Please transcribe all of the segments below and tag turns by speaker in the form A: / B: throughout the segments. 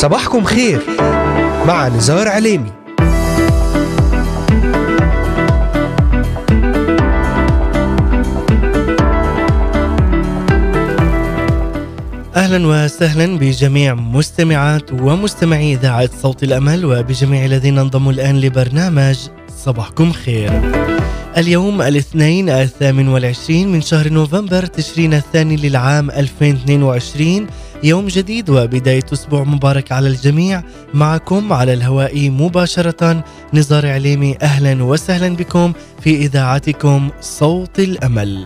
A: صباحكم خير مع نزار عليمي. أهلا وسهلا بجميع مستمعات ومستمعي إذاعة صوت الأمل وبجميع الذين انضموا الآن لبرنامج صباحكم خير. اليوم الاثنين 28 من شهر نوفمبر تشرين الثاني للعام 2022، يوم جديد وبداية أسبوع مبارك على الجميع. معكم على الهواء مباشرة نزار عليمي، أهلا وسهلا بكم في إذاعتكم صوت الأمل.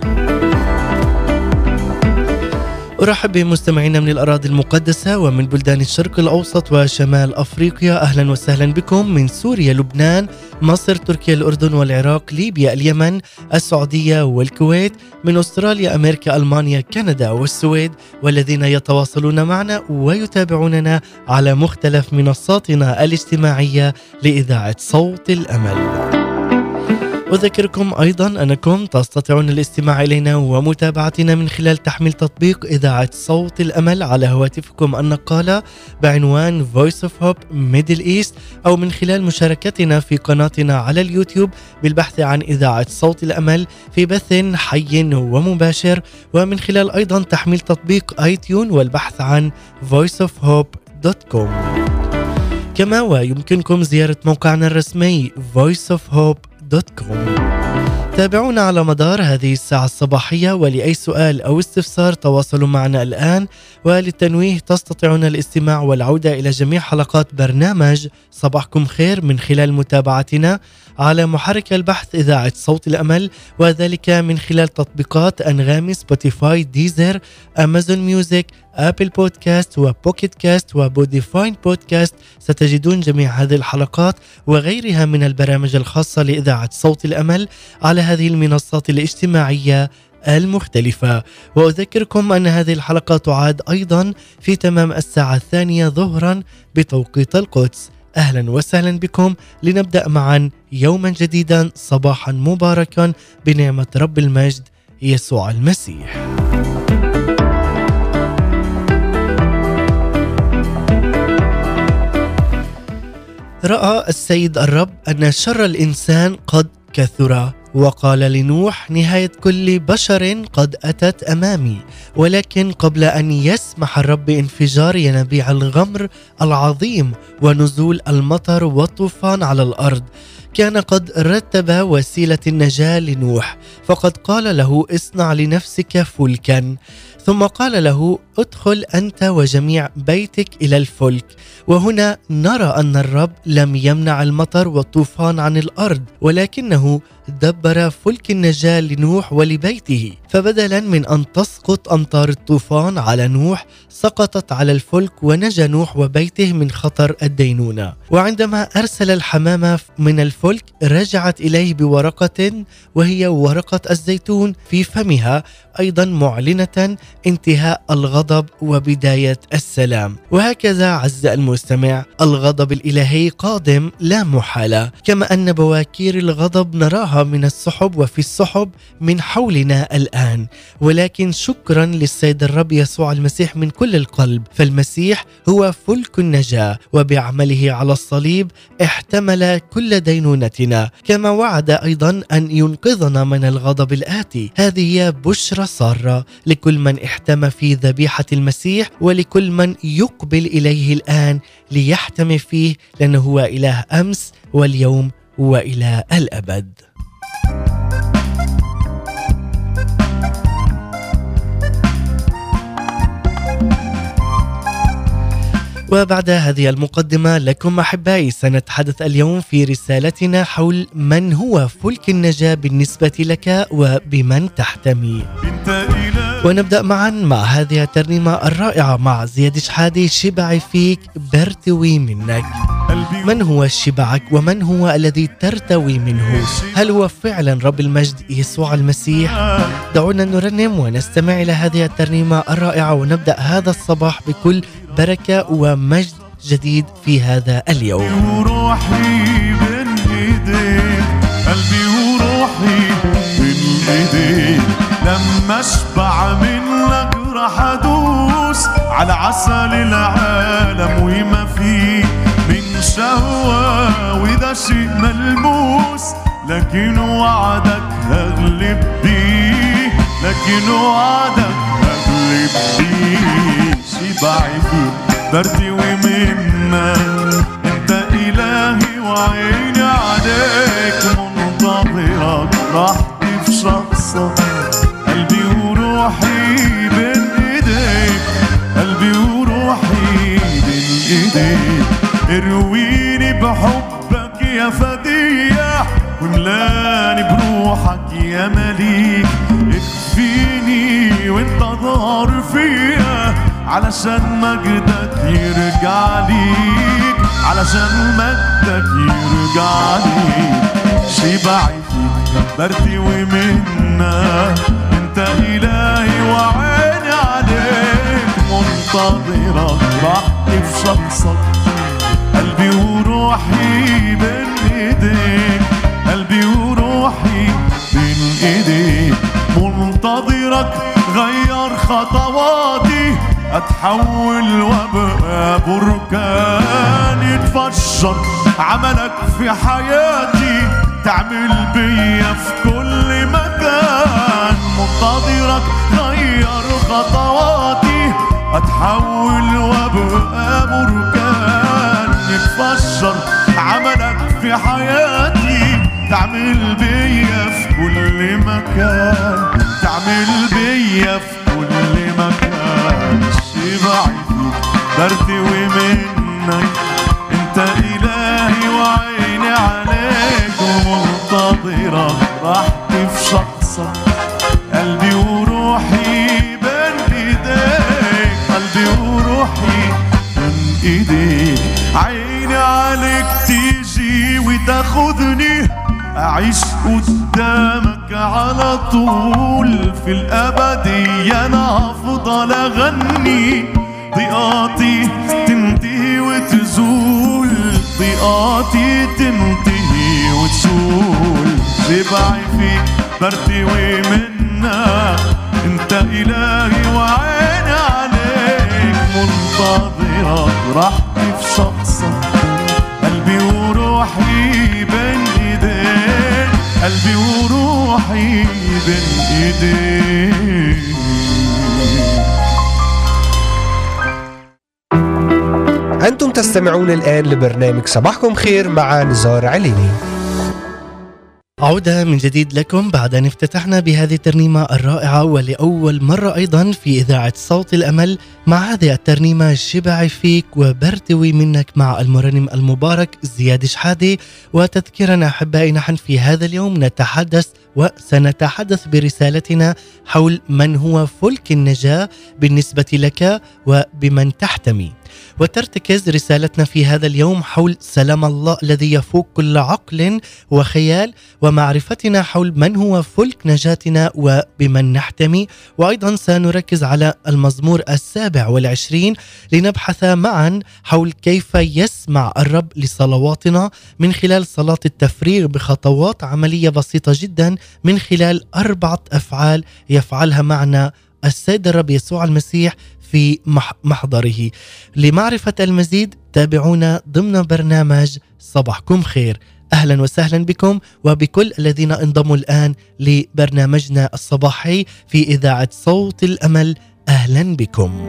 A: أرحب بمستمعينا من الأراضي المقدسة ومن بلدان الشرق الأوسط وشمال أفريقيا، أهلا وسهلا بكم من سوريا، لبنان، مصر، تركيا، الأردن والعراق، ليبيا، اليمن، السعودية والكويت، من أستراليا، أمريكا، ألمانيا، كندا والسويد، والذين يتواصلون معنا ويتابعوننا على مختلف منصاتنا الاجتماعية لإذاعة صوت الأمل. أذكركم أيضا أنكم تستطيعون الاستماع إلينا ومتابعتنا من خلال تحميل تطبيق إذاعة صوت الأمل على هواتفكم النقالة بعنوان Voice of Hope Middle East، أو من خلال مشاركتنا في قناتنا على اليوتيوب بالبحث عن إذاعة صوت الأمل في بث حي ومباشر، ومن خلال أيضا تحميل تطبيق آيتيون والبحث عن voiceofhope.com. كما ويمكنكم زيارة موقعنا الرسمي voiceofhope.com. تابعونا على مدار هذه الساعة الصباحية، ولأي سؤال أو استفسار تواصلوا معنا الآن. وللتنويه تستطيعون الاستماع والعودة إلى جميع حلقات برنامج صباحكم خير من خلال متابعتنا على محرك البحث إذاعة صوت الأمل، وذلك من خلال تطبيقات أنغامي، سبوتيفاي، ديزر، أمازون ميوزك، أبل بودكاست وبوكيت كاست وبوديفاين بودكاست. ستجدون جميع هذه الحلقات وغيرها من البرامج الخاصة لإذاعة صوت الأمل على هذه المنصات الاجتماعية المختلفة. وأذكركم أن هذه الحلقة تعاد أيضا في تمام الساعة 2 ظهرا بتوقيت القدس. أهلا وسهلا بكم، لنبدأ معا يوما جديدا، صباحا مباركا بنعمة رب المجد يسوع المسيح. رأى السيد الرب أن شر الإنسان قد كثر، وقال لنوح: نهاية كل بشر قد أتت أمامي. ولكن قبل أن يسمح الرب بانفجار ينابيع الغمر العظيم ونزول المطر والطوفان على الأرض، كان قد رتب وسيلة النجاة لنوح، فقد قال له: اصنع لنفسك فلكا. ثم قال له: ادخل أنت وجميع بيتك إلى الفلك. وهنا نرى أن الرب لم يمنع المطر والطوفان عن الأرض، ولكنه دبر فلك النجاة لنوح ولبيته. فبدلا من أن تسقط أمطار الطوفان على نوح، سقطت على الفلك ونجا نوح وبيته من خطر الدينونة. وعندما أرسل الحمامة من الفلك، رجعت إليه بورقة وهي ورقة الزيتون في فمها، أيضا معلنة انتهاء الغضب وبداية السلام. وهكذا عز المستمع، الغضب الإلهي قادم لا محالة، كما أن بواكير الغضب نراها من السحب وفي السحب من حولنا الآن. ولكن شكرا للسيد الرب يسوع المسيح من كل القلب، فالمسيح هو فلك النجاة، وبعمله على الصليب احتمل كل دينونتنا، كما وعد أيضا أن ينقذنا من الغضب الآتي. هذه هي بشرى سارة لكل من احتمى في ذبيحة المسيح، ولكل من يقبل إليه الآن ليحتمي فيه، لأنه هو إله أمس واليوم وإلى الأبد. وبعد هذه المقدمة لكم أحبائي، سنتحدث اليوم في رسالتنا حول من هو فلك النجاة بالنسبة لك وبمن تحتمي. ونبدأ معا مع هذه الترنيمة الرائعة مع زياد شحادي: شبعي فيك برتوي منك. من هو شبعك ومن هو الذي ترتوي منه؟ هل هو فعلا رب المجد يسوع المسيح؟ دعونا نرنم ونستمع إلى هذه الترنيمة الرائعة، ونبدأ هذا الصباح بكل بركة ومجد جديد في هذا اليوم.
B: وروحي بين ايديك، قلبي وروحي بين ايديك، لما اشبع منك راح ادوس ملموس على عسل العالم وما فيه من شهوة، وإذا شيء ملموس لكن وعدك هغلب بيه، لكن وعدك هغلب بيه. شبعي فيك برتوي منك، انت إلهي وعيني عليك منتظرك، راحتي في شخصك، قلبي وروحي بين ايديك، قلبي وروحي بين ايديك. ارويني بحبك يا فدية، وملاني بروحك يا مليك. اكفيني وانت ظهر فيا، علشان مجدك يرجع ليك، علشان مجدك يرجع ليك. شبعي فيك برتوي منك، انت إلهي وعيني عليك منتظرك، راحتي في شخصك، قلبي وروحي بين ايديك، قلبي وروحي بين ايديك. منتظرك غير خطواتي، اتحول وابقى بركان يتفجر عملك في حياتي، تعمل بيا في كل مكان. منتظرك غير خطواتي، اتحول وابقى بركان يتفجر عملك في حياتي، تعمل بيا في كل مكان، تعمل بيا في كل مكان. شبعي فيك برتوي منك، انت إلهي وعيني عليك ومنتظرك، راحتي في شخصك، قلبي وروحي بين ايديك، قلبي وروحي بين ايديك. عيني عليك تيجي وتاخذني، أعيش قدامك على طول، في الأبدية أنا أفضل أغني. ضيقاتي تنتهي وتزول، ضيقاتي تنتهي وتزول. شبعي فيك برتوي منك، انت إلهي وعيني عليك منتظرك، راحتي في شخصك، قلبي وروحي بين ايديك، قلبي وروحي بين ايديك.
C: أنتم تستمعون الآن لبرنامج صباحكم خير مع نزار عليني.
A: عودة من جديد لكم بعد أن افتتحنا بهذه الترنيمة الرائعة ولأول مرة أيضا في إذاعة صوت الأمل مع هذه الترنيمة شبعي فيك وبرتوي منك مع المرنم المبارك زياد شحادي. وتذكيرنا أحبائي، نحن في هذا اليوم نتحدث وسنتحدث برسالتنا حول من هو فلك النجاة بالنسبة لك وبمن تحتمي. وترتكز رسالتنا في هذا اليوم حول سلام الله الذي يفوق كل عقل وخيال، ومعرفتنا حول من هو فلك نجاتنا وبمن نحتمي. وأيضا سنركز على المزمور 27 لنبحث معا حول كيف يسمع الرب لصلواتنا من خلال صلاة التفريغ بخطوات عملية بسيطة جدا من خلال 4 أفعال يفعلها معنا السيد الرب يسوع المسيح في محضره. لمعرفة المزيد تابعونا ضمن برنامج صباحكم خير. أهلا وسهلا بكم وبكل الذين انضموا الآن لبرنامجنا الصباحي في إذاعة صوت الأمل. أهلا بكم.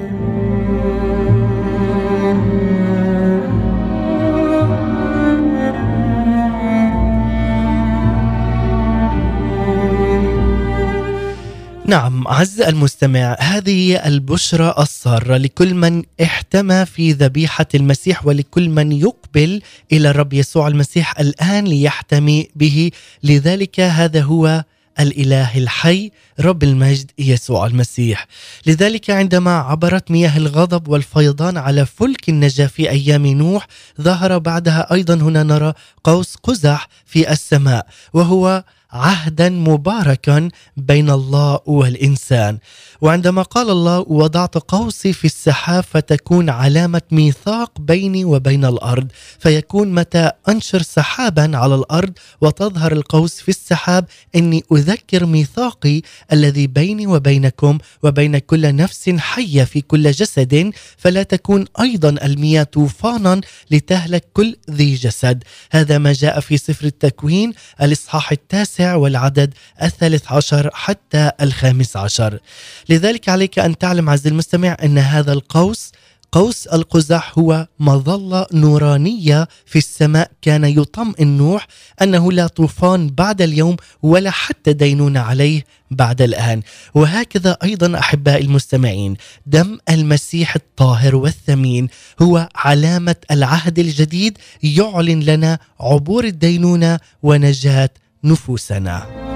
A: نعم عز المستمع، هذه البشرى السارة لكل من احتمى في ذبيحة المسيح ولكل من يقبل إلى الرب يسوع المسيح الآن ليحتمي به. لذلك هذا هو الإله الحي رب المجد يسوع المسيح. لذلك عندما عبرت مياه الغضب والفيضان على فلك النجاة في أيام نوح، ظهر بعدها أيضا هنا نرى قوس قزح في السماء، وهو عهدا مباركا بين الله والإنسان. وعندما قال الله وضعت قوسي في السحاب فتكون علامة ميثاق بيني وبين الأرض، فيكون متى أنشر سحابا على الأرض وتظهر القوس في السحاب إني أذكر ميثاقي الذي بيني وبينكم وبين كل نفس حية في كل جسد، فلا تكون أيضا المياه طوفانا لتهلك كل ذي جسد. هذا ما جاء في سفر التكوين الإصحاح 9 والعدد 13 حتى 15. لذلك عليك أن تعلم عزيزي المستمع أن هذا القوس، قوس القزح، هو مظلة نورانية في السماء كان يطمئن نوح أنه لا طوفان بعد اليوم ولا حتى دينون عليه بعد الآن. وهكذا أيضا أحباء المستمعين، دم المسيح الطاهر والثمين هو علامة العهد الجديد، يعلن لنا عبور الدينونة ونجاة نفوسنا.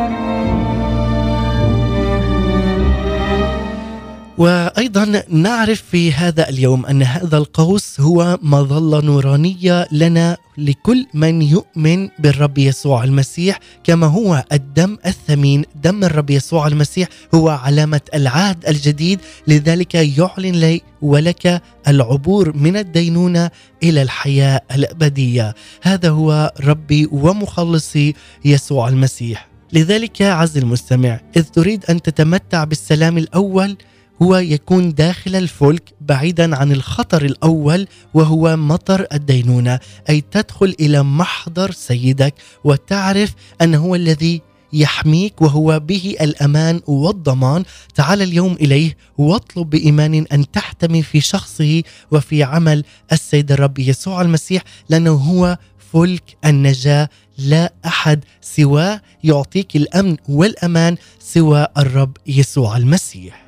A: وأيضا نعرف في هذا اليوم أن هذا القوس هو مظلة نورانية لنا لكل من يؤمن بالرب يسوع المسيح، كما هو الدم الثمين، دم الرب يسوع المسيح هو علامة العهد الجديد، لذلك يعلن لي ولك العبور من الدينونة إلى الحياة الأبدية. هذا هو ربي ومخلصي يسوع المسيح. لذلك عزيزي المستمع، إذ تريد أن تتمتع بالسلام الأول هو يكون داخل الفلك بعيدا عن الخطر الأول وهو مطر الدينونة، أي تدخل إلى محضر سيدك وتعرف أنه هو الذي يحميك وهو به الأمان والضمان. تعال اليوم إليه واطلب بإيمان أن تحتمي في شخصه وفي عمل السيد الرب يسوع المسيح، لأنه هو فلك النجاة، لا أحد سواه يعطيك الأمن والأمان سوى الرب يسوع المسيح.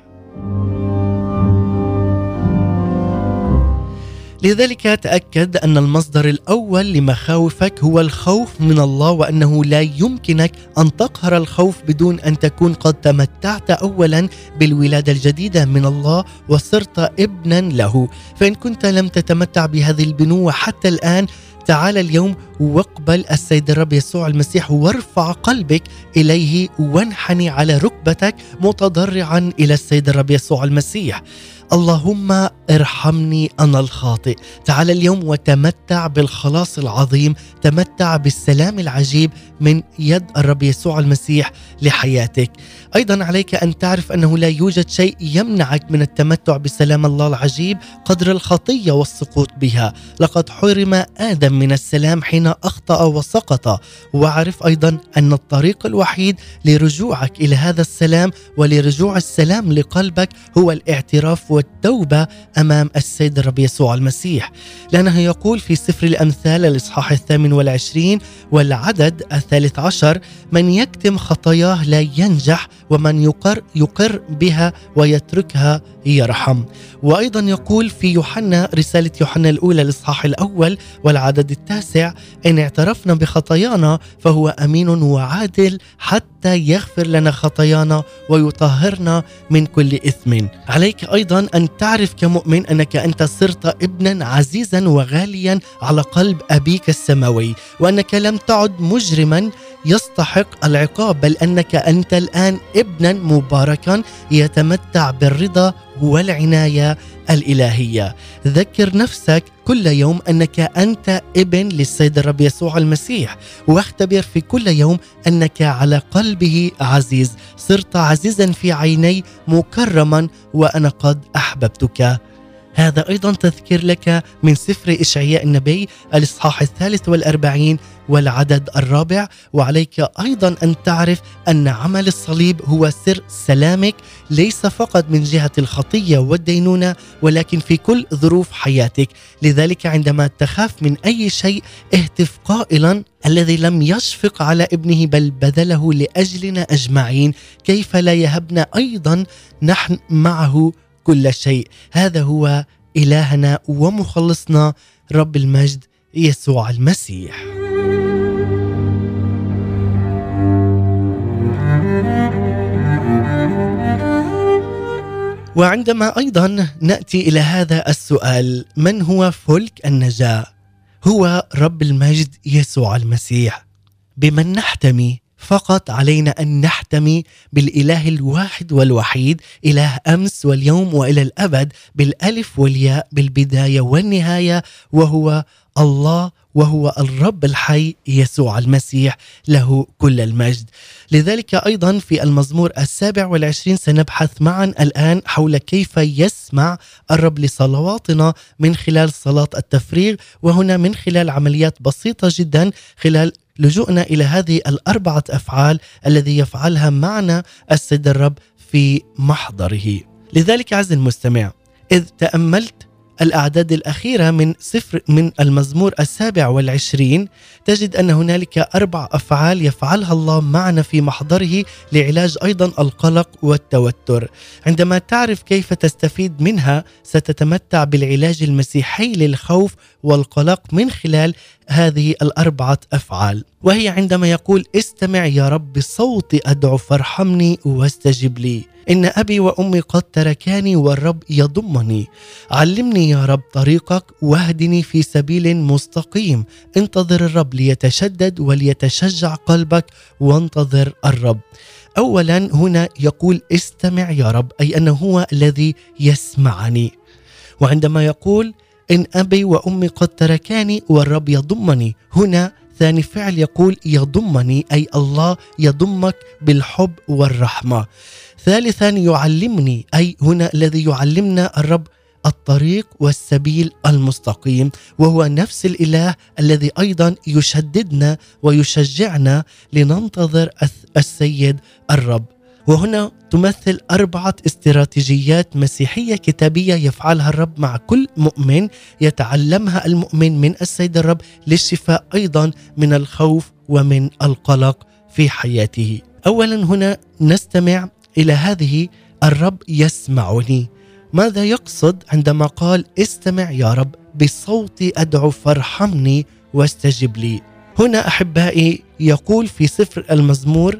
A: لذلك تأكد أن المصدر الأول لمخاوفك هو الخوف من الله، وأنه لا يمكنك أن تقهر الخوف بدون أن تكون قد تمتعت أولا بالولادة الجديدة من الله وصرت ابنا له. فإن كنت لم تتمتع بهذه البنوة حتى الآن، تعال اليوم واقبل السيد الرب يسوع المسيح وارفع قلبك إليه وانحني على ركبتك متضرعا إلى السيد الرب يسوع المسيح. اللهم ارحمني أنا الخاطئ. تعال اليوم وتمتع بالخلاص العظيم، تمتع بالسلام العجيب من يد الرب يسوع المسيح لحياتك. أيضا عليك أن تعرف أنه لا يوجد شيء يمنعك من التمتع بسلام الله العجيب قدر الخطية والسقوط بها. لقد حرم آدم من السلام حين أخطأ وسقط. واعرف أيضا أن الطريق الوحيد لرجوعك إلى هذا السلام ولرجوع السلام لقلبك هو الاعتراف والتوبة أمام السيد الرب يسوع المسيح، لأنه يقول في سفر الأمثال الإصحاح 28 والعدد 13: من يكتم خطاياه لا ينجح، ومن يقر بها ويتركها يرحم. وأيضا يقول في يوحنا، رسالة يوحنا الأولى الإصحاح الأول والعدد 9: إن اعترفنا بخطايانا فهو أمين وعادل حتى يغفر لنا خطايانا ويطهرنا من كل إثم. عليك أيضا أن تعرف كمؤمن أنك أنت صرت ابنا عزيزا وغاليا على قلب أبيك السماوي، وأنك لم تعد مجرما يستحق العقاب، بل أنك أنت الآن ابنا مباركا يتمتع بالرضا والعناية الإلهية. ذكر نفسك كل يوم أنك أنت ابن للسيد الرب يسوع المسيح، واختبر في كل يوم أنك على قلبه عزيز. صرت عزيزا في عيني، مكرما، وأنا قد أحببتك. هذا أيضا تذكير لك من سفر إشعياء النبي الإصحاح 43 والعدد 4. وعليك أيضا أن تعرف أن عمل الصليب هو سر سلامك، ليس فقط من جهة الخطية والدينونة ولكن في كل ظروف حياتك. لذلك عندما تخاف من أي شيء اهتف قائلا: الذي لم يشفق على ابنه بل بذله لأجلنا أجمعين، كيف لا يهبنا أيضا نحن معه كل شيء. هذا هو إلهنا ومخلصنا رب المجد يسوع المسيح. وعندما أيضا نأتي إلى هذا السؤال: من هو فلك النجاة؟ هو رب المجد يسوع المسيح. بمن نحتمي فقط علينا أن نحتمي بالإله الواحد والوحيد، إله أمس واليوم وإلى الأبد، بالألف والياء، بالبداية والنهاية، وهو الله، وهو الرب الحي يسوع المسيح، له كل المجد. لذلك أيضا في المزمور 27 سنبحث معا الآن حول كيف يسمع الرب لصلواتنا من خلال صلاة التفريغ، وهنا من خلال عمليات بسيطة جدا، خلال لجوءنا إلى هذه الأربعة أفعال الذي يفعلها معنا السيد الرب في محضره. لذلك عز المستمع، إذ تأملت الأعداد الأخيرة من المزمور 27 تجد أن هنالك 4 أفعال يفعلها الله معنا في محضره لعلاج أيضا القلق والتوتر. عندما تعرف كيف تستفيد منها ستتمتع بالعلاج المسيحي للخوف والقلق من خلال هذه 4 أفعال، وهي عندما يقول: استمع يا رب بصوتي أدعو فارحمني واستجب لي، إن أبي وأمي قد تركاني والرب يضمني، علمني يا رب طريقك واهدني في سبيل مستقيم، انتظر الرب ليتشدد وليتشجع قلبك وانتظر الرب. أولا هنا يقول استمع يا رب، أي أنه هو الذي يسمعني. وعندما يقول إن أبي وأمي قد تركاني والرب يضمني، هنا ثاني فعل يقول يضمني، أي الله يضمك بالحب والرحمة. ثالثا يعلمني، أي هنا الذي يعلمنا الرب الطريق والسبيل المستقيم، وهو نفس الإله الذي أيضا يشددنا ويشجعنا لننتظر السيد الرب. وهنا تمثل 4 استراتيجيات مسيحية كتابية يفعلها الرب مع كل مؤمن، يتعلمها المؤمن من السيد الرب للشفاء أيضا من الخوف ومن القلق في حياته. أولا هنا نستمع إلى هذه: الرب يسمعني. ماذا يقصد عندما قال استمع يا رب بصوتي أدعو فارحمني واستجب لي؟ هنا أحبائي يقول في سفر المزمور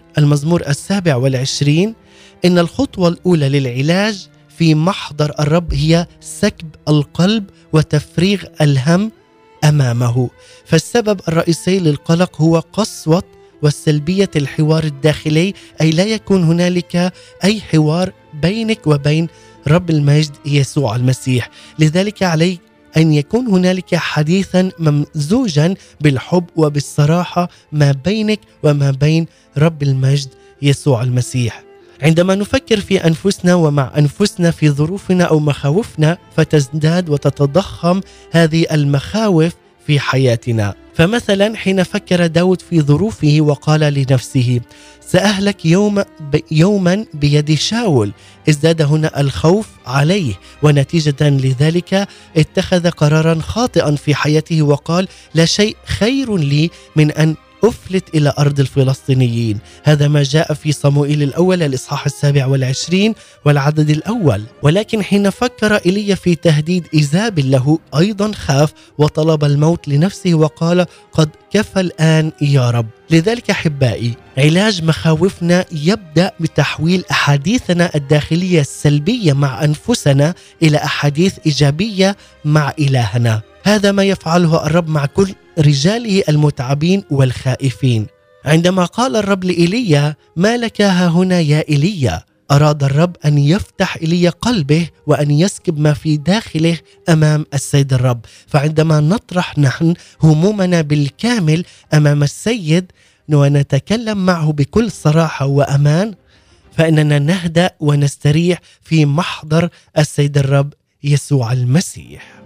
A: 27 إن الخطوة الأولى للعلاج في محضر الرب هي سكب القلب وتفريغ الهم أمامه. فالسبب الرئيسي للقلق هو قسوة والسلبية الحوار الداخلي، أي لا يكون هنالك أي حوار بينك وبين رب المجد يسوع المسيح. لذلك عليك أن يكون هنالك حديثا ممزوجا بالحب وبالصراحة ما بينك وما بين رب المجد يسوع المسيح. عندما نفكر في أنفسنا ومع أنفسنا في ظروفنا أو مخاوفنا، فتزداد وتتضخم هذه المخاوف في حياتنا. فمثلا حين فكر داود في ظروفه وقال لنفسه سأهلك يوما بيد شاول، ازداد هنا الخوف عليه، ونتيجة لذلك اتخذ قرارا خاطئا في حياته وقال لا شيء خير لي من أن أفلت إلى أرض الفلسطينيين. هذا ما جاء في صموئيل الأول الإصحاح 27 والعدد الأول. ولكن حين فكر إيليا في تهديد إيزابل له أيضا خاف وطلب الموت لنفسه وقال قد كفى الآن يا رب. لذلك أحبائي علاج مخاوفنا يبدأ بتحويل أحاديثنا الداخلية السلبية مع أنفسنا إلى أحاديث إيجابية مع إلهنا. هذا ما يفعله الرب مع كل رجاله المتعبين والخائفين. عندما قال الرب لإيليا ما لك ها هنا يا إيليا، أراد الرب أن يفتح إيليا قلبه وأن يسكب ما في داخله أمام السيد الرب. فعندما نطرح نحن همومنا بالكامل أمام السيد ونتكلم معه بكل صراحة وأمان، فإننا نهدأ ونستريح في محضر السيد الرب يسوع المسيح.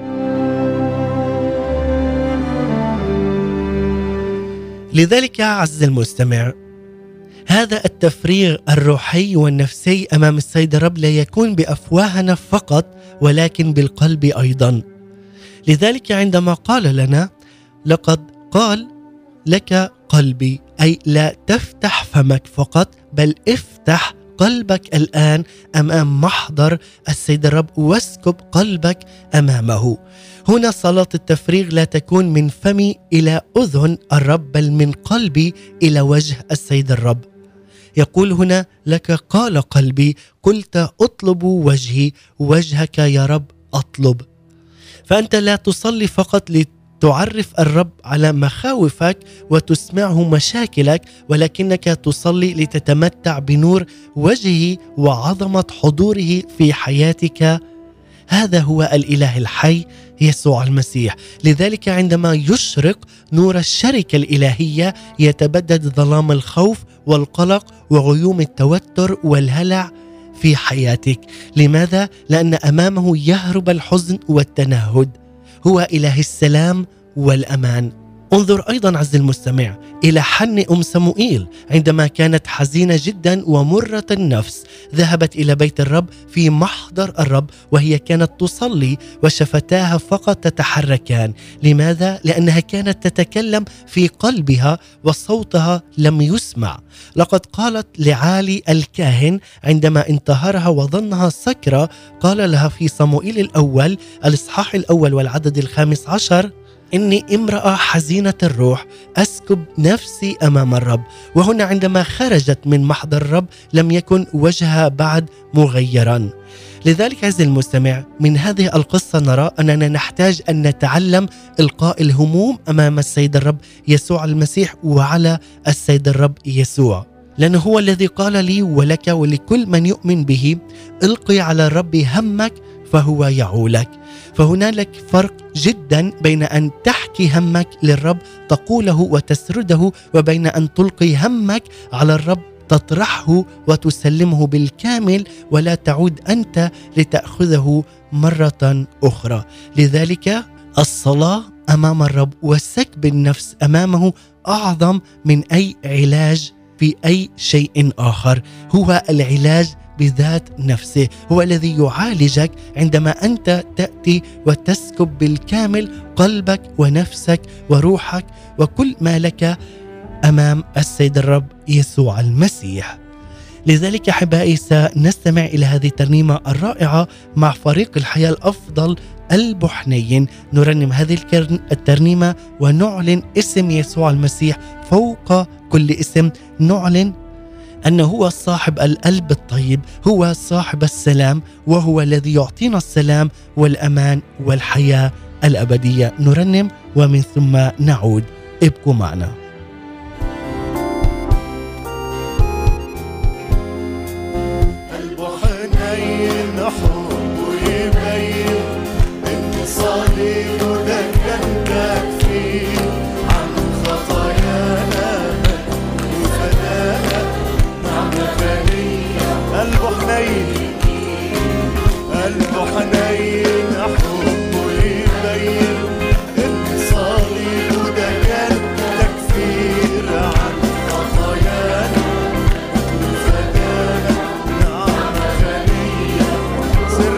A: لذلك عز المستمع، هذا التفريغ الروحي والنفسي أمام السيد الرب لا يكون بأفواهنا فقط ولكن بالقلب أيضا. لذلك عندما قال لنا لقد قال لك قلبي، أي لا تفتح فمك فقط بل افتح قلبك الآن أمام محضر السيد الرب واسكب قلبك أمامه. هنا صلاة التفريغ لا تكون من فمي إلى أذن الرب بل من قلبي إلى وجه السيد الرب. يقول هنا لك قال قلبي قلت أطلب وجهي، وجهك يا رب أطلب. فأنت لا تصلي فقط تعرف الرب على مخاوفك وتسمعه مشاكلك، ولكنك تصلي لتتمتع بنور وجهه وعظمة حضوره في حياتك. هذا هو الإله الحي يسوع المسيح. لذلك عندما يشرق نور الشركة الإلهية يتبدد ظلام الخوف والقلق وغيوم التوتر والهلع في حياتك. لماذا؟ لأن أمامه يهرب الحزن والتنهد. هو إله السلام والأمان. انظر أيضا عز المستمع إلى حن أم صموئيل عندما كانت حزينة جدا ومرة النفس، ذهبت إلى بيت الرب في محضر الرب وهي كانت تصلي وشفتاها فقط تتحركان. لماذا؟ لأنها كانت تتكلم في قلبها وصوتها لم يسمع. لقد قالت لعالي الكاهن عندما انتهرها وظنها سكرة، قال لها في صموئيل الأول الإصحاح الأول والعدد 15: إني امرأة حزينة الروح أسكب نفسي أمام الرب. وهنا عندما خرجت من محضر الرب لم يكن وجهها بعد مغيرا. لذلك عز المستمع من هذه القصة نرى أننا نحتاج أن نتعلم إلقاء الهموم أمام السيد الرب يسوع المسيح وعلى السيد الرب يسوع، لأنه هو الذي قال لي ولك ولكل من يؤمن به: القي على الرب همك فهو يعولك. فهنالك فرق جدا بين أن تحكي همك للرب تقوله وتسرده، وبين أن تلقي همك على الرب تطرحه وتسلمه بالكامل ولا تعود أنت لتأخذه مرة أخرى. لذلك الصلاة أمام الرب وسكب النفس أمامه أعظم من أي علاج في أي شيء آخر. هو العلاج بذات نفسه، هو الذي يعالجك عندما أنت تأتي وتسكب بالكامل قلبك ونفسك وروحك وكل ما لك أمام السيد الرب يسوع المسيح. لذلك أحبائي سنستمع إلى هذه الترنيمة الرائعة مع فريق الحياة الأفضل البحنين. نرنم هذه الترنيمة ونعلن اسم يسوع المسيح فوق كل اسم. نعلن أنه هو صاحب القلب الطيب، هو صاحب السلام، وهو الذي يعطينا السلام والأمان والحياة الأبدية. نرنم ومن ثم نعود. ابقوا معنا.
B: البحنين حب يبين إن صليبه ده كان كفيل عن خطايانا وفدانا نعمة غنية. البحنين حب يبين إن صليبه ده كان تكفير عن خطايانا وفدانا نعمة غنية. سر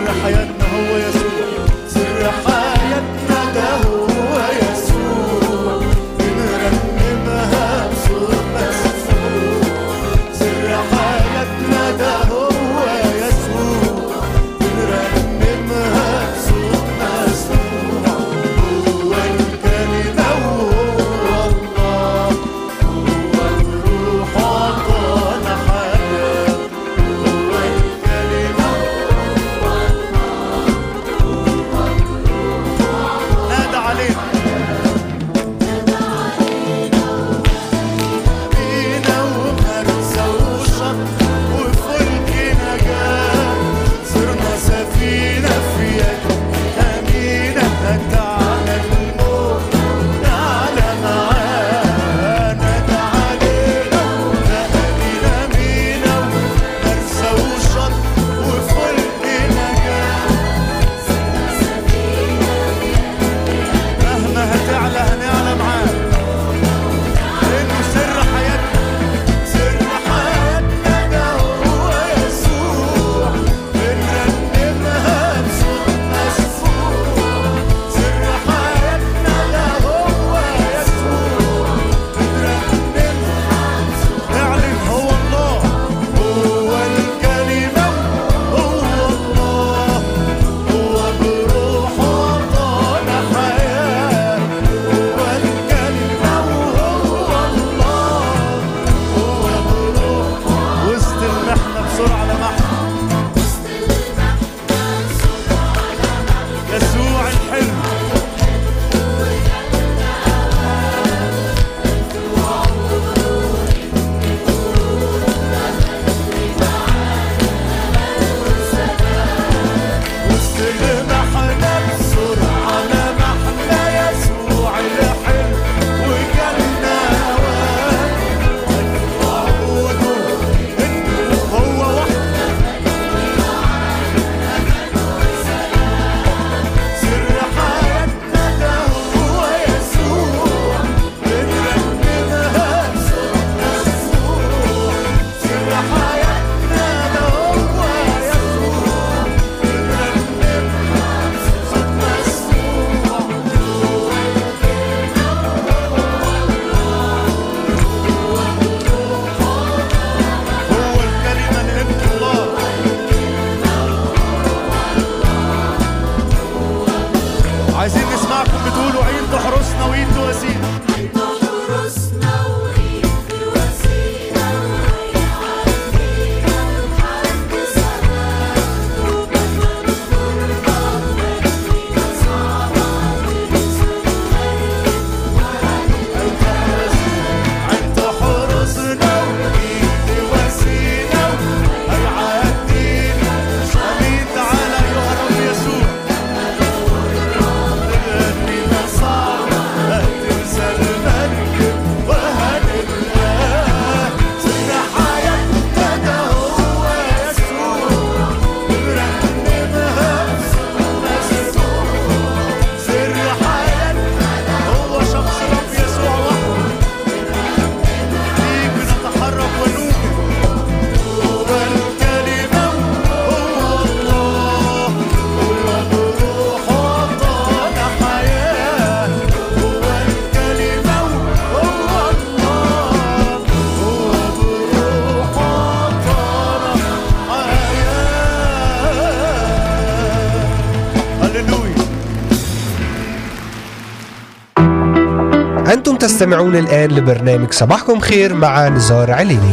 C: تستمعون الآن لبرنامج صباحكم خير مع نزار عليني.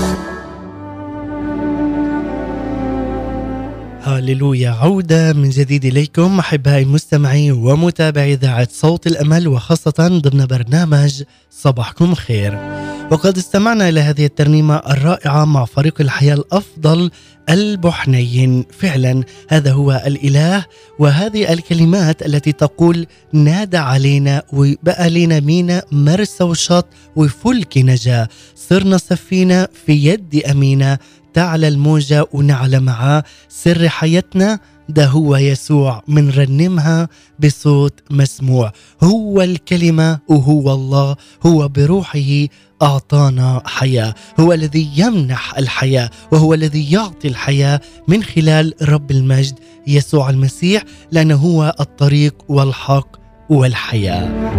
A: هاليلويا، عودة من جديد إليكم أحبائي مستمعي ومتابعي إذاعة صوت الأمل، وخاصة ضمن برنامج صباحكم خير. وقد استمعنا إلى هذه الترنيمة الرائعة مع فريق الحياة الأفضل البحنين. فعلا هذا هو الإله، وهذه الكلمات التي تقول نادى علينا وبقى لنا مينا مرسى وشط وفلك نجا، صرنا سفينة في يد أمينة، تعلى الموجة ونعلى معاه، سر حياتنا ده هو يسوع، منرنمها بصوت مسموع. هو الكلمة وهو الله، هو بروحه أعطانا حياة، هو الذي يمنح الحياة وهو الذي يعطي الحياة من خلال رب المجد يسوع المسيح، لأنه هو الطريق والحق والحياة.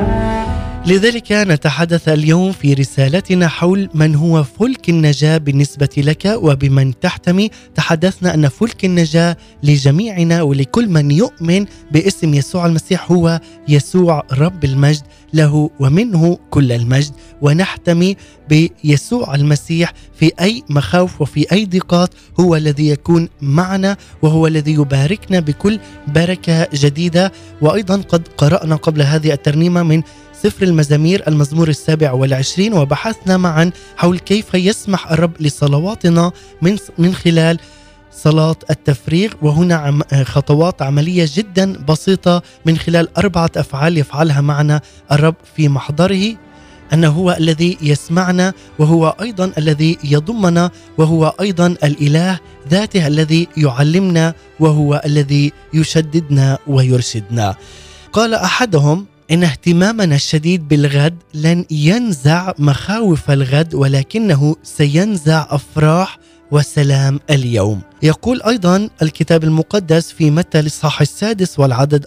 A: لذلك نتحدث اليوم في رسالتنا حول من هو فلك النجاة بالنسبة لك وبمن تحتمي. تحدثنا أن فلك النجاة لجميعنا ولكل من يؤمن باسم يسوع المسيح هو يسوع رب المجد، له ومنه كل المجد، ونحتمي بيسوع المسيح في أي مخاوف وفي أي ضيقات. هو الذي يكون معنا وهو الذي يباركنا بكل بركة جديدة. وأيضا قد قرأنا قبل هذه الترنيمة من سفر المزامير المزمور 27، وبحثنا معا حول كيف يسمح الرب لصلواتنا من خلال صلاة التفريغ. وهنا خطوات عملية جدا بسيطة من خلال 4 أفعال يفعلها معنا الرب في محضره، أنه هو الذي يسمعنا وهو أيضا الذي يضمنا وهو أيضا الإله ذاته الذي يعلمنا وهو الذي يشددنا ويرشدنا. قال أحدهم إن اهتمامنا الشديد بالغد لن ينزع مخاوف الغد، ولكنه سينزع أفراح وسلام اليوم. يقول أيضا الكتاب المقدس في متى الإصحاح 6 والعدد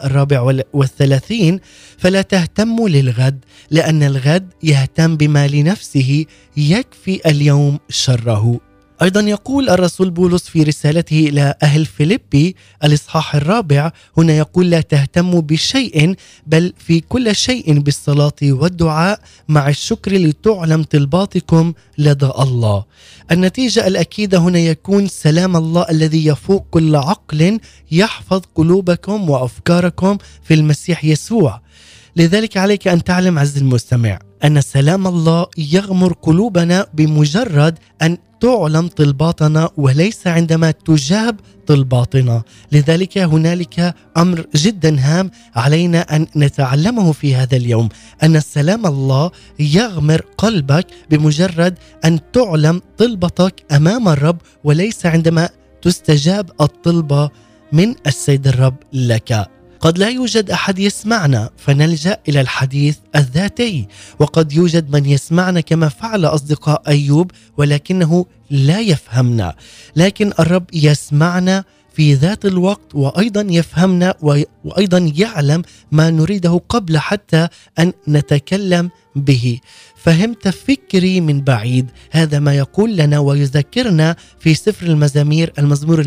A: 34: فلا تهتموا للغد لأن الغد يهتم بما لنفسه، يكفي اليوم شره. أيضا يقول الرسول بولس في رسالته إلى أهل فيليبي الإصحاح 4 هنا يقول لا تهتموا بشيء بل في كل شيء بالصلاة والدعاء مع الشكر لتعلم طلباتكم لدى الله. النتيجة الأكيدة هنا يكون سلام الله الذي يفوق كل عقل يحفظ قلوبكم وأفكاركم في المسيح يسوع. لذلك عليك أن تعلم عز المستمع أن سلام الله يغمر قلوبنا بمجرد أن تعلم طلباتنا وليس عندما تجاب طلباتنا. لذلك هنالك أمر جدا هام علينا أن نتعلمه في هذا اليوم، أن سلام الله يغمر قلبك بمجرد أن تعلم طلبتك أمام الرب وليس عندما تستجاب الطلبة من السيد الرب لك. قد لا يوجد أحد يسمعنا فنلجأ إلى الحديث الذاتي، وقد يوجد من يسمعنا كما فعل أصدقاء أيوب ولكنه لا يفهمنا، لكن الرب يسمعنا في ذات الوقت وأيضا يفهمنا وأيضا يعلم ما نريده قبل حتى أن نتكلم به. فهمت فكري من بعيد، هذا ما يقول لنا ويذكرنا في سفر المزامير المزمور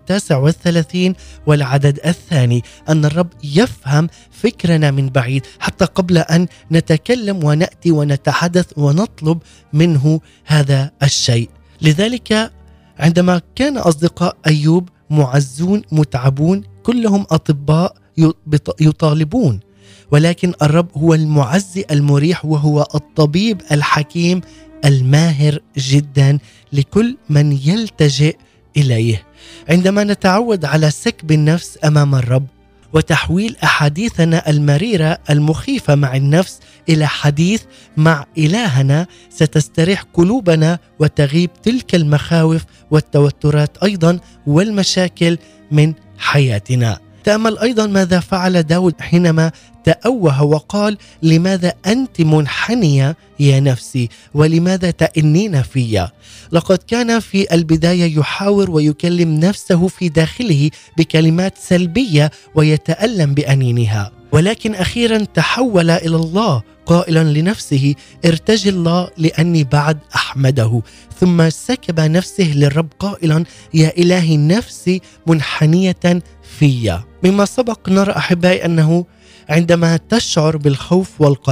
A: 139 والعدد 2 أن الرب يفهم فكرنا من بعيد حتى قبل أن نتكلم ونأتي ونتحدث ونطلب منه هذا الشيء. لذلك عندما كان أصدقاء أيوب معزون متعبون كلهم أطباء يطالبون، ولكن الرب هو المعزي المريح وهو الطبيب الحكيم الماهر جدا لكل من يلتجئ إليه. عندما نتعود على سكب النفس أمام الرب وتحويل أحاديثنا المريرة المخيفة مع النفس إلى حديث مع إلهنا ستستريح قلوبنا وتغيب تلك المخاوف والتوترات أيضا والمشاكل من حياتنا. تأمل أيضا ماذا فعل داود حينما تأوه وقال لماذا أنت منحنية يا نفسي ولماذا تأنين في؟ لقد كان في البداية يحاور ويكلم نفسه في داخله بكلمات سلبية ويتألم بأنينها، ولكن أخيرا تحول إلى الله قائلا لنفسه ارتجي الله لأني بعد أحمده، ثم سكب نفسه للرب قائلا يا إلهي نفسي منحنية في. مما سبق نرى أحبائي أنه عندما تشعر بالخوف والقلق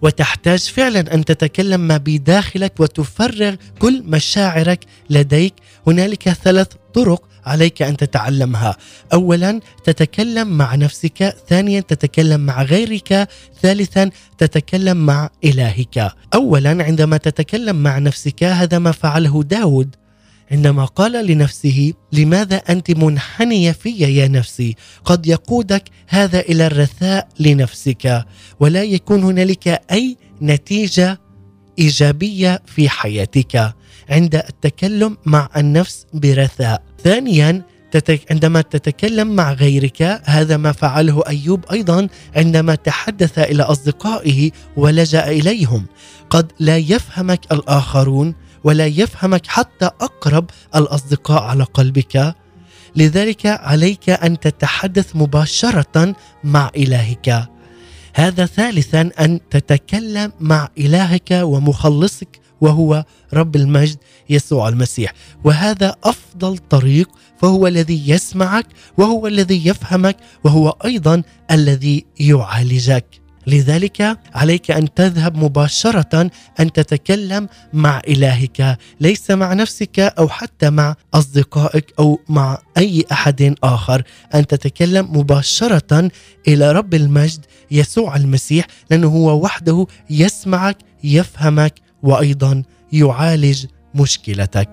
A: وتحتاج فعلا أن تتكلم ما بداخلك وتفرغ كل مشاعرك لديك، هنالك 3 طرق عليك أن تتعلمها. أولا تتكلم مع نفسك، ثانيا تتكلم مع غيرك، ثالثا تتكلم مع إلهك. أولا عندما تتكلم مع نفسك، هذا ما فعله داود عندما قال لنفسه: لماذا أنت منحنية في يا نفسي؟ قد يقودك هذا إلى الرثاء لنفسك، ولا يكون هنالك أي نتيجة إيجابية في حياتك عند التكلم مع النفس برثاء. ثانيا عندما تتكلم مع غيرك، هذا ما فعله أيوب أيضا عندما تحدث إلى أصدقائه ولجأ إليهم. قد لا يفهمك الآخرون ولا يفهمك حتى أقرب الأصدقاء على قلبك، لذلك عليك أن تتحدث مباشرة مع إلهك. هذا ثالثا أن تتكلم مع إلهك ومخلصك وهو رب المجد يسوع المسيح، وهذا أفضل طريق، فهو الذي يسمعك وهو الذي يفهمك وهو أيضا الذي يعالجك. لذلك عليك أن تذهب مباشرة أن تتكلم مع إلهك، ليس مع نفسك أو حتى مع أصدقائك أو مع أي أحد آخر، أن تتكلم مباشرة إلى رب المجد يسوع المسيح، لأنه هو وحده يسمعك، يفهمك وأيضا يعالج مشكلتك.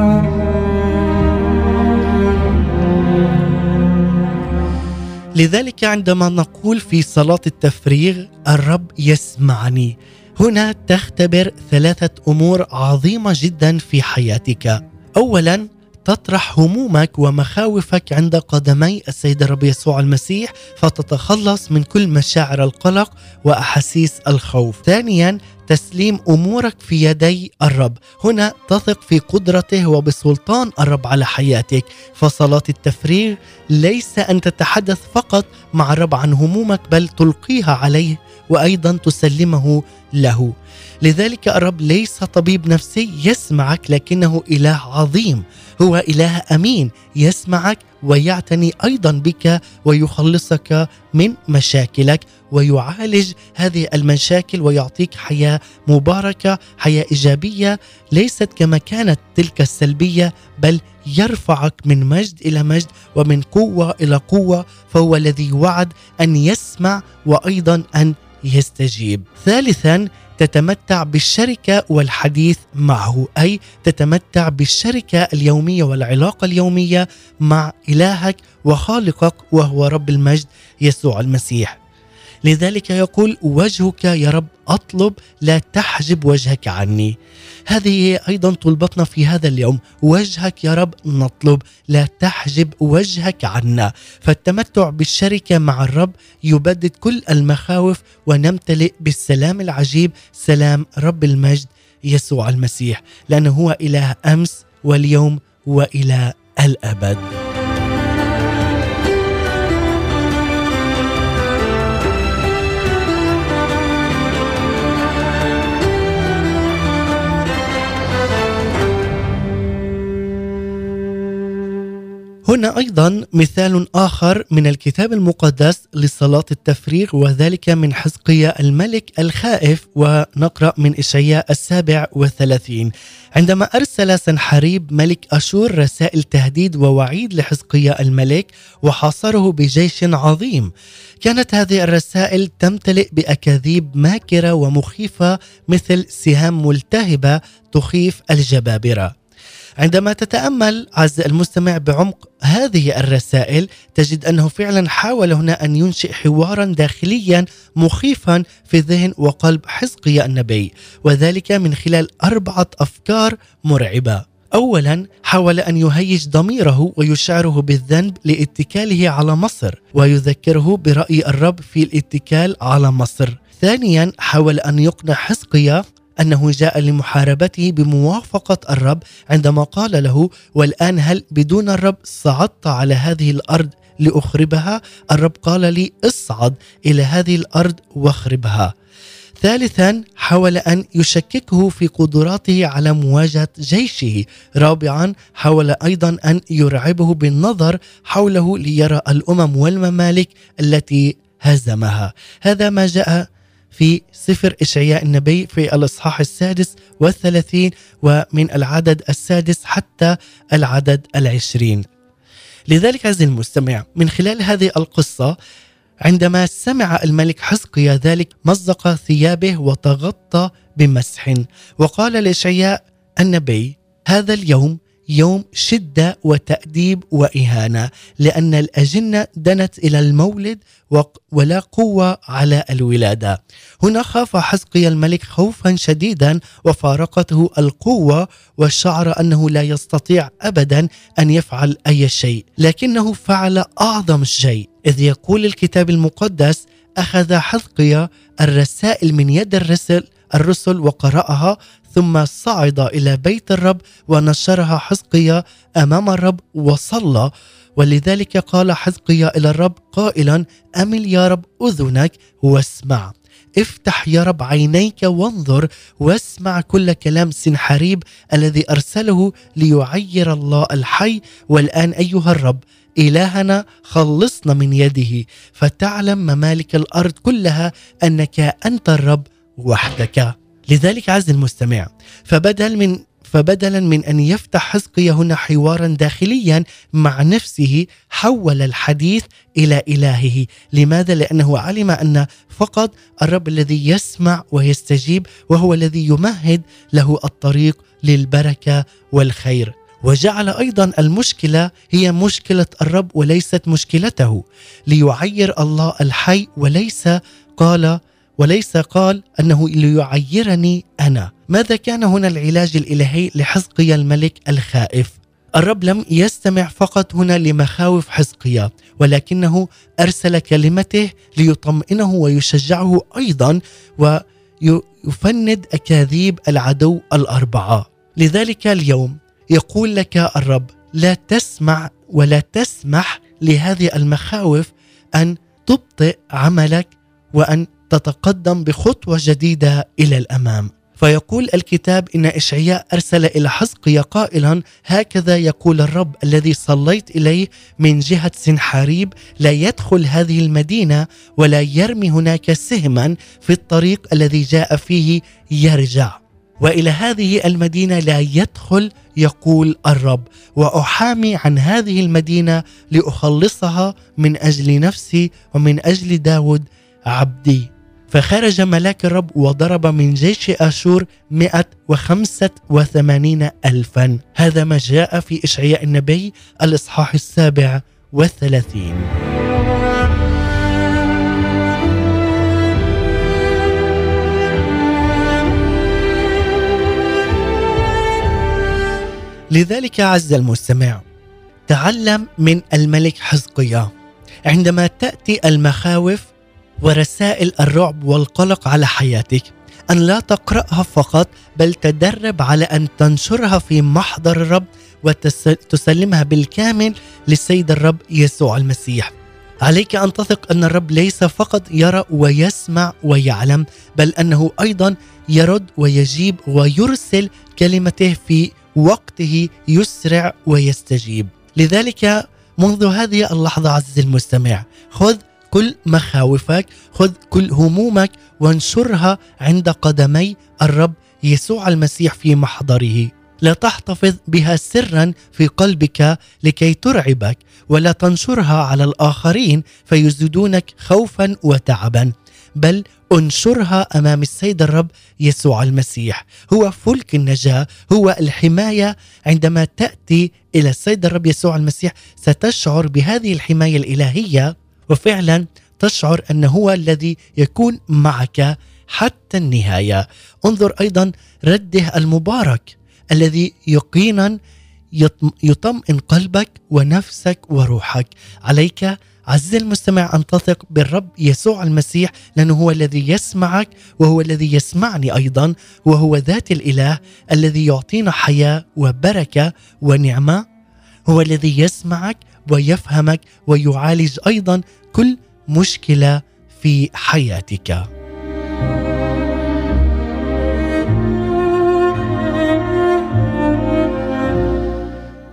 A: لذلك عندما نقول في صلاة التفريغ الرب يسمعني، هنا تختبر 3 أمور عظيمة جدا في حياتك. أولا تطرح همومك ومخاوفك عند قدمي السيد الرب يسوع المسيح، فتتخلص من كل مشاعر القلق وأحاسيس الخوف. ثانيا تسليم أمورك في يدي الرب، هنا تثق في قدرته وبسلطان الرب على حياتك. فصلاة التفريغ ليس أن تتحدث فقط مع الرب عن همومك، بل تلقيها عليه وأيضا تسلمه له. لذلك الرب ليس طبيب نفسي يسمعك، لكنه إله عظيم، هو إله أمين يسمعك ويعتني أيضا بك ويخلصك من مشاكلك ويعالج هذه المشاكل ويعطيك حياة مباركة، حياة إيجابية ليست كما كانت تلك السلبية، بل يرفعك من مجد إلى مجد ومن قوة إلى قوة، فهو الذي وعد أن يسمع وأيضا أن يستجيب. ثالثا تتمتع بالشركة والحديث معه، أي تتمتع بالشركة اليومية والعلاقة اليومية مع إلهك وخالقك وهو رب المجد يسوع المسيح. لذلك يقول: وجهك يا رب أطلب، لا تحجب وجهك عني. هذه هي أيضا طلبتنا في هذا اليوم، وجهك يا رب نطلب، لا تحجب وجهك عنا. فالتمتع بالشركة مع الرب يبدد كل المخاوف ونمتلئ بالسلام العجيب، سلام رب المجد يسوع المسيح، لأنه هو إله أمس واليوم وإلى الأبد. هنا أيضا مثال آخر من الكتاب المقدس لصلاة التفريغ، وذلك من حزقيا الملك الخائف، ونقرأ من إشعياء 37. عندما أرسل سنحريب ملك أشور رسائل تهديد ووعيد لحزقيا الملك وحاصره بجيش عظيم، كانت هذه الرسائل تمتلئ بأكاذيب ماكرة ومخيفة مثل سهام ملتهبة تخيف الجبابرة. عندما تتأمل عز المستمع بعمق هذه الرسائل تجد أنه فعلا حاول هنا أن ينشئ حوارا داخليا مخيفا في ذهن وقلب حزقيا النبي، وذلك من خلال 4 أفكار مرعبة. أولا حاول أن يهيج ضميره ويشعره بالذنب لاتكاله على مصر ويذكره برأي الرب في الاتكال على مصر. ثانيا حاول أن يقنع حزقيا أنه جاء لمحاربته بموافقة الرب عندما قال له: والآن هل بدون الرب صعدت على هذه الأرض لأخربها؟ الرب قال لي: اصعد إلى هذه الأرض واخربها. ثالثا حاول أن يشككه في قدراته على مواجهة جيشه. رابعا حاول أيضا أن يرعبه بالنظر حوله ليرى الأمم والممالك التي هزمها. هذا ما جاء في سفر إشعياء النبي في الإصحاح 36 ومن العدد 6 حتى العدد 20. لذلك عزيزي المستمع، من خلال هذه القصة عندما سمع الملك حزقيا ذلك مزق ثيابه وتغطى بمسح، وقال لإشعياء النبي: هذا اليوم يوم شدة وتأديب وإهانة، لأن الأجنة دنت إلى المولد ولا قوة على الولادة. هنا خاف حزقيا الملك خوفا شديدا وفارقته القوة، وشعر أنه لا يستطيع أبدا أن يفعل أي شيء، لكنه فعل أعظم شيء، إذ يقول الكتاب المقدس: أخذ حزقيا الرسائل من يد الرسل وقرأها، ثم صعد إلى بيت الرب ونشرها حزقيا أمام الرب وصلى. ولذلك قال حزقيا إلى الرب قائلا: أمل يا رب أذنك واسمع، افتح يا رب عينيك وانظر واسمع كل كلام سنحريب الذي أرسله ليعير الله الحي. والآن أيها الرب إلهنا خلصنا من يده، فتعلم ممالك الأرض كلها أنك أنت الرب وحدك. لذلك عز المستمع، فبدلا من أن يفتح حزقيا هنا حوارا داخليا مع نفسه، حول الحديث إلى إلهه. لماذا؟ لأنه علم أن فقط الرب الذي يسمع ويستجيب، وهو الذي يمهد له الطريق للبركة والخير. وجعل أيضا المشكلة هي مشكلة الرب وليست مشكلته، ليعير الله الحي، وليس قال أنه ليعيرني أنا. ماذا كان هنا العلاج الإلهي لحزقيا الملك الخائف؟ الرب لم يستمع فقط هنا لمخاوف حزقيا، ولكنه أرسل كلمته ليطمئنه ويشجعه أيضا، ويفند أكاذيب العدو الأربعة. لذلك اليوم يقول لك الرب: لا تسمع ولا تسمح لهذه المخاوف أن تبطئ عملك وأن تتقدم بخطوة جديدة إلى الأمام. فيقول الكتاب إن إشعياء أرسل إلى حزقيا قائلا: هكذا يقول الرب الذي صليت إليه من جهة سنحريب: لا يدخل هذه المدينة ولا يرمي هناك سهما في الطريق الذي جاء فيه يرجع، وإلى هذه المدينة لا يدخل، يقول الرب، وأحامي عن هذه المدينة لأخلصها من أجل نفسي ومن أجل داود عبدي. فخرج ملاك الرب وضرب من جيش آشور 185,000. هذا ما جاء في إشعياء النبي الإصحاح 37. لذلك عز المستمع، تعلم من الملك حزقيا عندما تأتي المخاوف ورسائل الرعب والقلق على حياتك أن لا تقرأها فقط، بل تدرب على أن تنشرها في محضر الرب وتسلمها بالكامل للسيد الرب يسوع المسيح. عليك أن تثق أن الرب ليس فقط يرى ويسمع ويعلم، بل أنه أيضا يرد ويجيب ويرسل كلمته في وقته، يسرع ويستجيب. لذلك منذ هذه اللحظة عزيزي المستمع، خذ كل مخاوفك، خذ كل همومك وانشرها عند قدمي الرب يسوع المسيح في محضره. لا تحتفظ بها سرا في قلبك لكي ترعبك، ولا تنشرها على الآخرين فيزيدونك خوفا وتعبا، بل انشرها أمام السيد الرب يسوع المسيح. هو فلك النجاة، هو الحماية. عندما تأتي إلى السيد الرب يسوع المسيح ستشعر بهذه الحماية الإلهية، وفعلا تشعر أنه هو الذي يكون معك حتى النهاية. انظر أيضا رده المبارك الذي يقينا يطمئن قلبك ونفسك وروحك. عليك عزيزي المستمع أن تثق بالرب يسوع المسيح، لأنه هو الذي يسمعك وهو الذي يسمعني أيضا، وهو ذات الإله الذي يعطينا حياة وبركة ونعمة. هو الذي يسمعك ويفهمك ويعالج أيضا كل مشكلة في حياتك.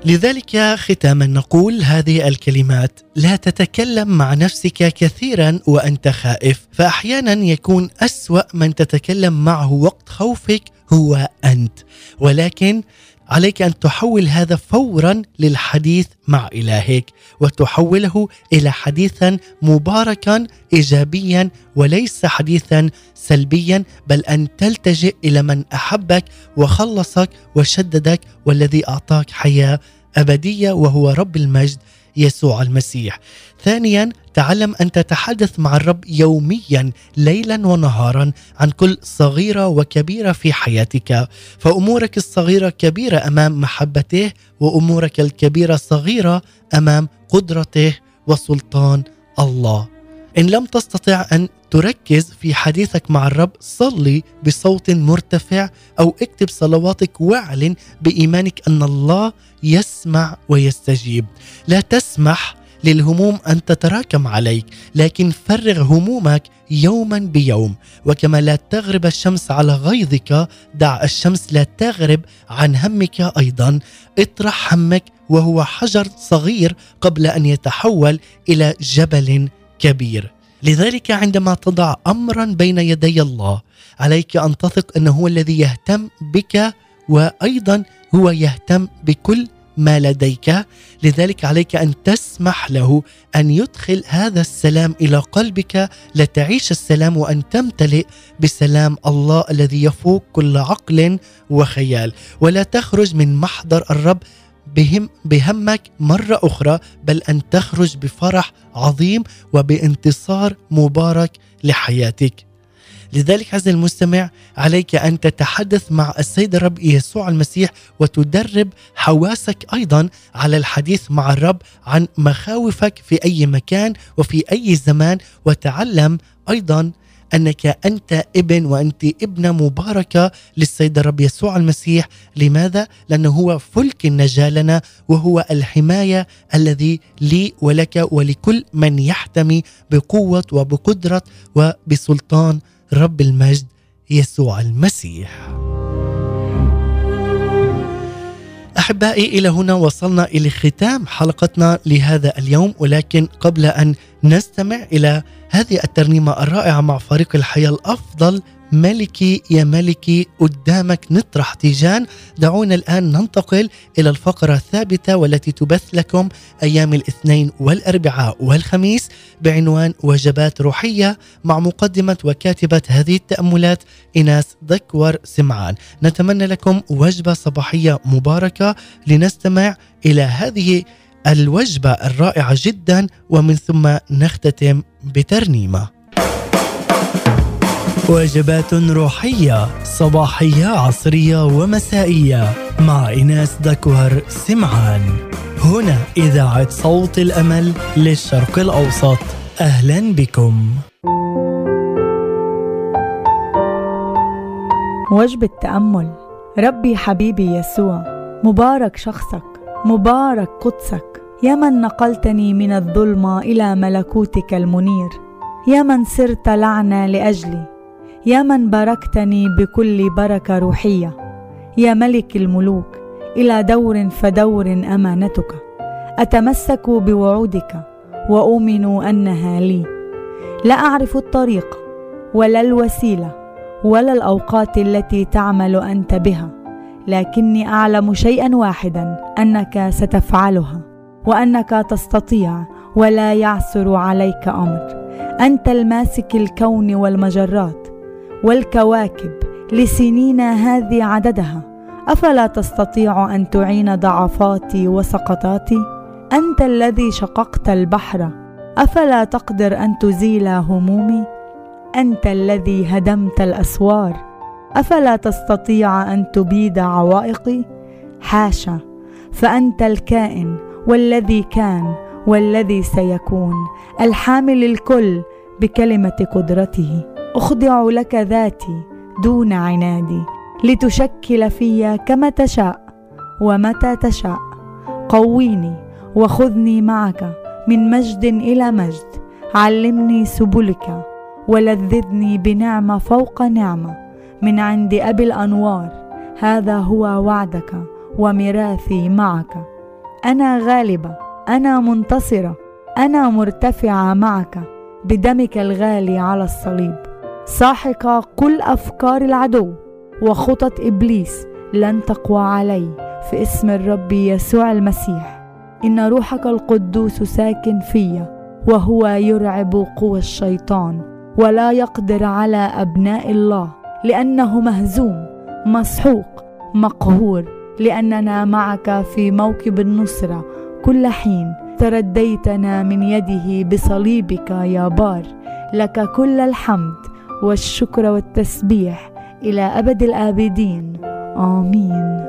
A: لذلك ختاما نقول هذه الكلمات: لا تتكلم مع نفسك كثيرا وأنت خائف، فأحيانا يكون أسوأ من تتكلم معه وقت خوفك هو أنت، ولكن عليك أن تحول هذا فورا للحديث مع إلهك، وتحوله إلى حديثا مباركا إيجابيا وليس حديثا سلبيا، بل أن تلتجئ إلى من أحبك وخلصك وشددك والذي أعطاك حياة أبدية وهو رب المجد يسوع المسيح. ثانيا، تعلم أن تتحدث مع الرب يوميا ليلا ونهارا عن كل صغيرة وكبيرة في حياتك، فأمورك الصغيرة كبيرة أمام محبته، وأمورك الكبيرة صغيرة أمام قدرته وسلطان الله. إن لم تستطع أن تركز في حديثك مع الرب، صلي بصوت مرتفع أو اكتب صلواتك واعلن بإيمانك أن الله يسمع ويستجيب. لا تسمح للهموم أن تتراكم عليك، لكن فرغ همومك يوما بيوم. وكما لا تغرب الشمس على غيظك، دع الشمس لا تغرب عن همك أيضا. اطرح همك وهو حجر صغير قبل أن يتحول إلى جبل كبير. لذلك عندما تضع أمرا بين يدي الله، عليك أن تثق أنه هو الذي يهتم بك، وأيضا هو يهتم بكل ما لديك. لذلك عليك أن تسمح له أن يدخل هذا السلام إلى قلبك، لتعيش السلام وأن تمتلئ بسلام الله الذي يفوق كل عقل وخيال. ولا تخرج من محضر الرب بهمك مرة أخرى، بل أن تخرج بفرح عظيم وبانتصار مبارك لحياتك. لذلك عز المستمع، عليك أن تتحدث مع السيد الرب يسوع المسيح، وتدرب حواسك أيضا على الحديث مع الرب عن مخاوفك في أي مكان وفي أي زمان. وتعلم أيضا أنك أنت ابن وأنت ابنة مباركة للسيد الرب يسوع المسيح. لماذا؟ لأنه هو فلك النجاة لنا، وهو الحماية الذي لي ولك ولكل من يحتمي بقوة وبقدرة وبسلطان رب المجد يسوع المسيح. أحبائي، إلى هنا وصلنا إلى ختام حلقتنا لهذا اليوم، ولكن قبل أن نستمع إلى هذه الترنيمة الرائعة مع فريق الحياة الأفضل، ملكي يا ملكي قدامك نطرح تيجان، دعونا الآن ننتقل إلى الفقرة الثابتة والتي تبث لكم أيام الاثنين والأربعاء والخميس بعنوان وجبات روحية، مع مقدمة وكاتبة هذه التأملات إيناس دكور سمعان. نتمنى لكم وجبة صباحية مباركة، لنستمع إلى هذه الوجبة الرائعة جدا، ومن ثم نختتم بترنيمة. وجبات روحية صباحية عصرية ومسائية مع إيناس دكور سمعان، هنا إذاعة صوت الأمل للشرق الأوسط. أهلا بكم.
D: وجبة تأمل. ربي حبيبي يسوع، مبارك شخصك، مبارك قدسك، يا من نقلتني من الظلمة إلى ملكوتك المنير، يا من صرت لعنة لأجلي، يا من باركتني بكل بركة روحية، يا ملك الملوك، إلى دور فدور أمانتك، أتمسك بوعودك وأؤمن أنها لي. لا أعرف الطريق ولا الوسيلة ولا الأوقات التي تعمل أنت بها، لكني أعلم شيئا واحدا، أنك ستفعلها، وأنك تستطيع ولا يعثر عليك أمر. أنت الماسك الكون والمجرات والكواكب لسنين هذه عددها، أفلا تستطيع أن تعين ضعفاتي وسقطاتي؟ أنت الذي شققت البحر، أفلا تقدر أن تزيل همومي؟ أنت الذي هدمت الأسوار، أفلا تستطيع أن تبيد عوائقي؟ حاشا، فأنت الكائن والذي كان والذي سيكون، الحامل الكل بكلمة قدرته. أخضع لك ذاتي دون عنادي، لتشكل في كما تشاء ومتى تشاء. قويني وخذني معك من مجد إلى مجد، علمني سبلك ولذذني بنعمة فوق نعمة من عند أبي الأنوار. هذا هو وعدك وميراثي معك. أنا غالبة، أنا منتصرة، أنا مرتفعة معك بدمك الغالي على الصليب. ساحقة كل أفكار العدو وخطط إبليس لن تقوى علي في اسم الرب يسوع المسيح. إن روحك القدوس ساكن فيا وهو يرعب قوى الشيطان ولا يقدر على أبناء الله، لأنه مهزوم مسحوق مقهور، لأننا معك في موكب النصرة كل حين. ترديتنا من يده بصليبك يا بار، لك كل الحمد والشكر والتسبيح إلى أبد الآبدين، آمين.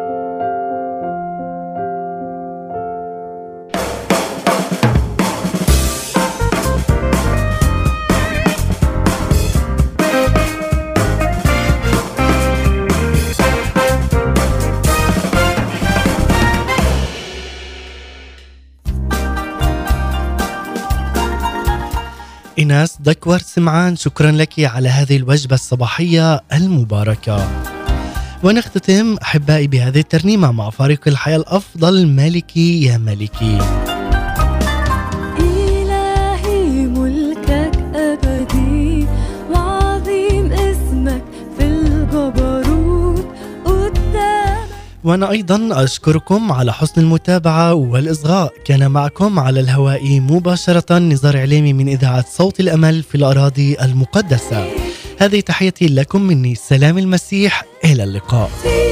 A: إيناس دكور سمعان، شكرا لك على هذه الوجبة الصباحية المباركة. ونختتم أحبائي بهذه الترنيمة مع فريق الحياة الأفضل، ملكي يا ملكي.
E: إلهي ملكك أبدي وعظيم اسمك في الجبروت قدام.
A: وأنا أيضا أشكركم على حسن المتابعة والإصغاء. كان معكم على الهواء مباشرة نزار عليمي من إذاعة صوت الأمل في الأراضي المقدسة. هذه تحياتي لكم مني، سلام المسيح، إلى اللقاء.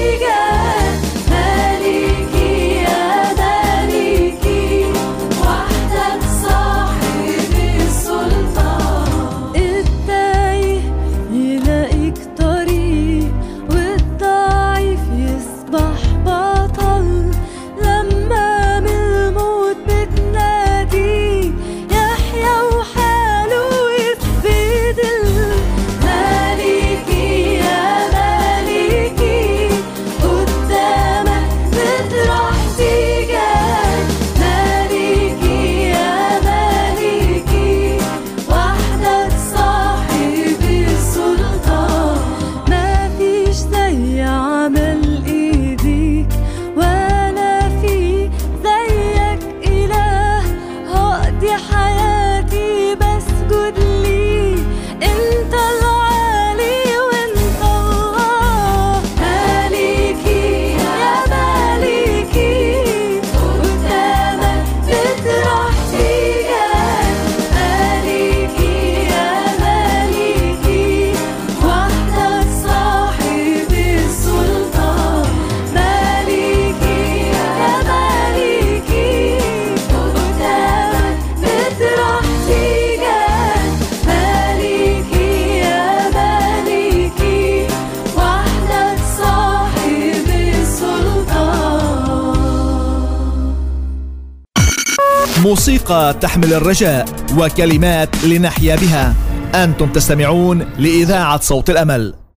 F: موسيقى تحمل الرجاء وكلمات لنحيا بها. أنتم تستمعون لإذاعة صوت الأمل.